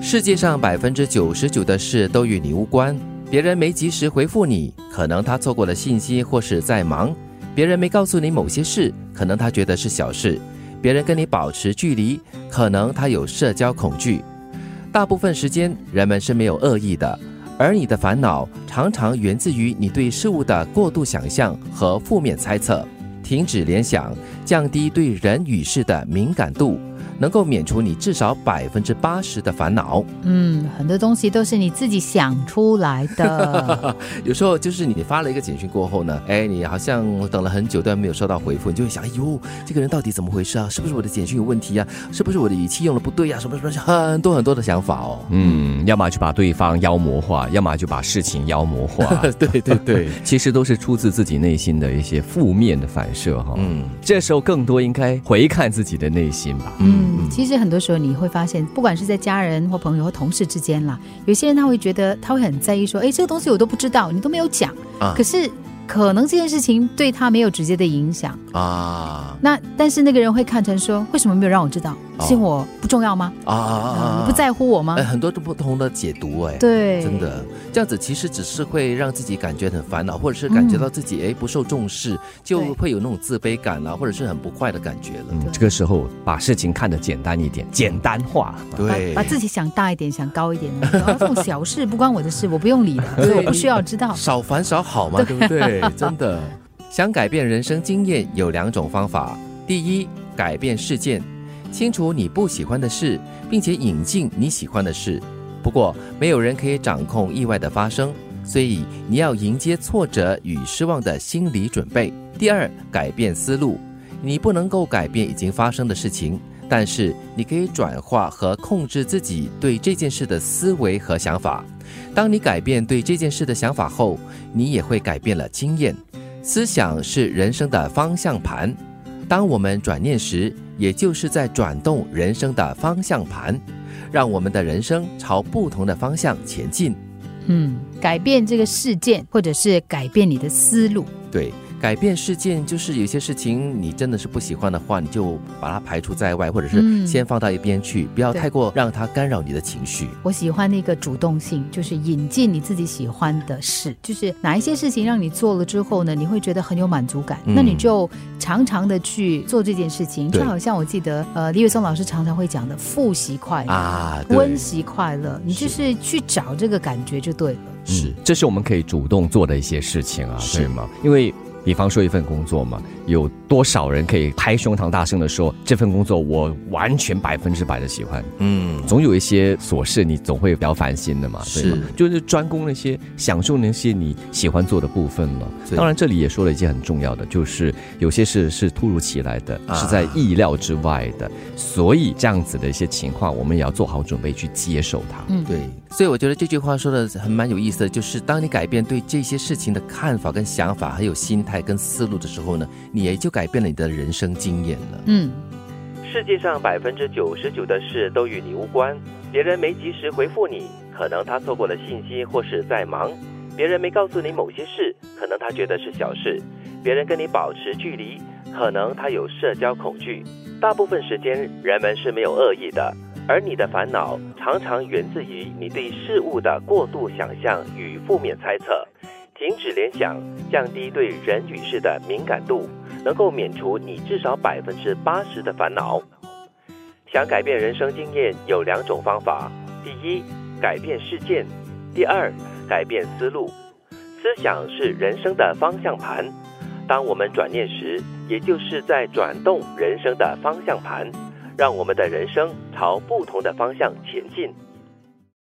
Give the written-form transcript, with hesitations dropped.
世界上99%的事都与你无关，别人没及时回复你，可能他错过了信息或是在忙；别人没告诉你某些事，可能他觉得是小事；别人跟你保持距离，可能他有社交恐惧。大部分时间，人们是没有恶意的，而你的烦恼常常源自于你对事物的过度想象和负面猜测。停止联想，降低对人与事的敏感度，能够免除你至少80%的烦恼。 很多东西都是你自己想出来的。 有时候就是你发了一个简讯过后呢，你好像等了很久都没有收到回复，你就会想，哎呦，这个人到底怎么回事啊？是不是我的简讯有问题啊？是不是我的语气用了不对啊？什么很多的想法哦。 要么就把对方妖魔化，要么就把事情妖魔化。 对， 其实都是出自自己内心的一些负面的反射哈。这时候更多应该回看自己的内心吧。 其实很多时候你会发现，不管是在家人或朋友或同事之间啦，有些人他会觉得他会很在意说，这个东西我都不知道，你都没有讲可是可能这件事情对他没有直接的影响那但是那个人会看成说，为什么没有让我知道？是我不重要吗？你不在乎我吗？ 很多不同的解读对， 真的这样子其实只是会让自己感觉很烦恼，或者是感觉到自己不受重视，就会有那种自卑感或者是很不快的感觉了。 这个时候把事情看得简单一点，简单化， 对， 把自己想大一点，想高一点这种小事不关我的事，我不用理了，所以我不需要知道， 少烦少好嘛，对不对？真的。想改变人生经验有2种方法。第一，改变事件，清除你不喜欢的事，并且引进你喜欢的事。不过没有人可以掌控意外的发生，所以你要迎接挫折与失望的心理准备。第二，改变思路，你不能够改变已经发生的事情，但是你可以转化和控制自己对这件事的思维和想法。当你改变对这件事的想法后，你也会改变了经验。思想是人生的方向盘，当我们转念时，也就是在转动人生的方向盘，让我们的人生朝不同的方向前进。 改变这个事件，或者是改变你的思路。 对，改变事件就是有些事情你真的是不喜欢的话，你就把它排除在外，或者是先放到一边去，不要太过让它干扰你的情绪。 我喜欢那个主动性，就是引进你自己喜欢的事，就是哪一些事情让你做了之后呢，你会觉得很有满足感，那你就常常的去做这件事情。就好像我记得李伟松老师常常会讲的复习快乐温习快乐，你就是去找这个感觉就对了。 这是我们可以主动做的一些事情对吗？因为比方说一份工作嘛，有多少人可以拍胸膛大声的说，这份工作我完全100%的喜欢。总有一些琐事你总会比较烦心的嘛，对吗？就是专攻那些享受那些你喜欢做的部分嘛。当然这里也说了一件很重要的，就是有些事是突如其来的，是在意料之外的，所以这样子的一些情况我们也要做好准备去接受它。 对，所以我觉得这句话说的很蛮有意思的，就是当你改变对这些事情的看法跟想法还有心态跟思路的时候呢，你也就改变了你的人生经验了。 世界上99%的事都与你无关，别人没及时回复你，可能他错过了信息或是在忙；别人没告诉你某些事，可能他觉得是小事；别人跟你保持距离，可能他有社交恐惧。大部分时间，人们是没有恶意的，而你的烦恼常常源自于你对事物的过度想象与负面猜测。停止联想，降低对人与事的敏感度，能够免除你至少80%的烦恼。想改变人生经验有2种方法。第一，改变事件；第二，改变思路。思想是人生的方向盘，当我们转念时，也就是在转动人生的方向盘，让我们的人生朝不同的方向前进。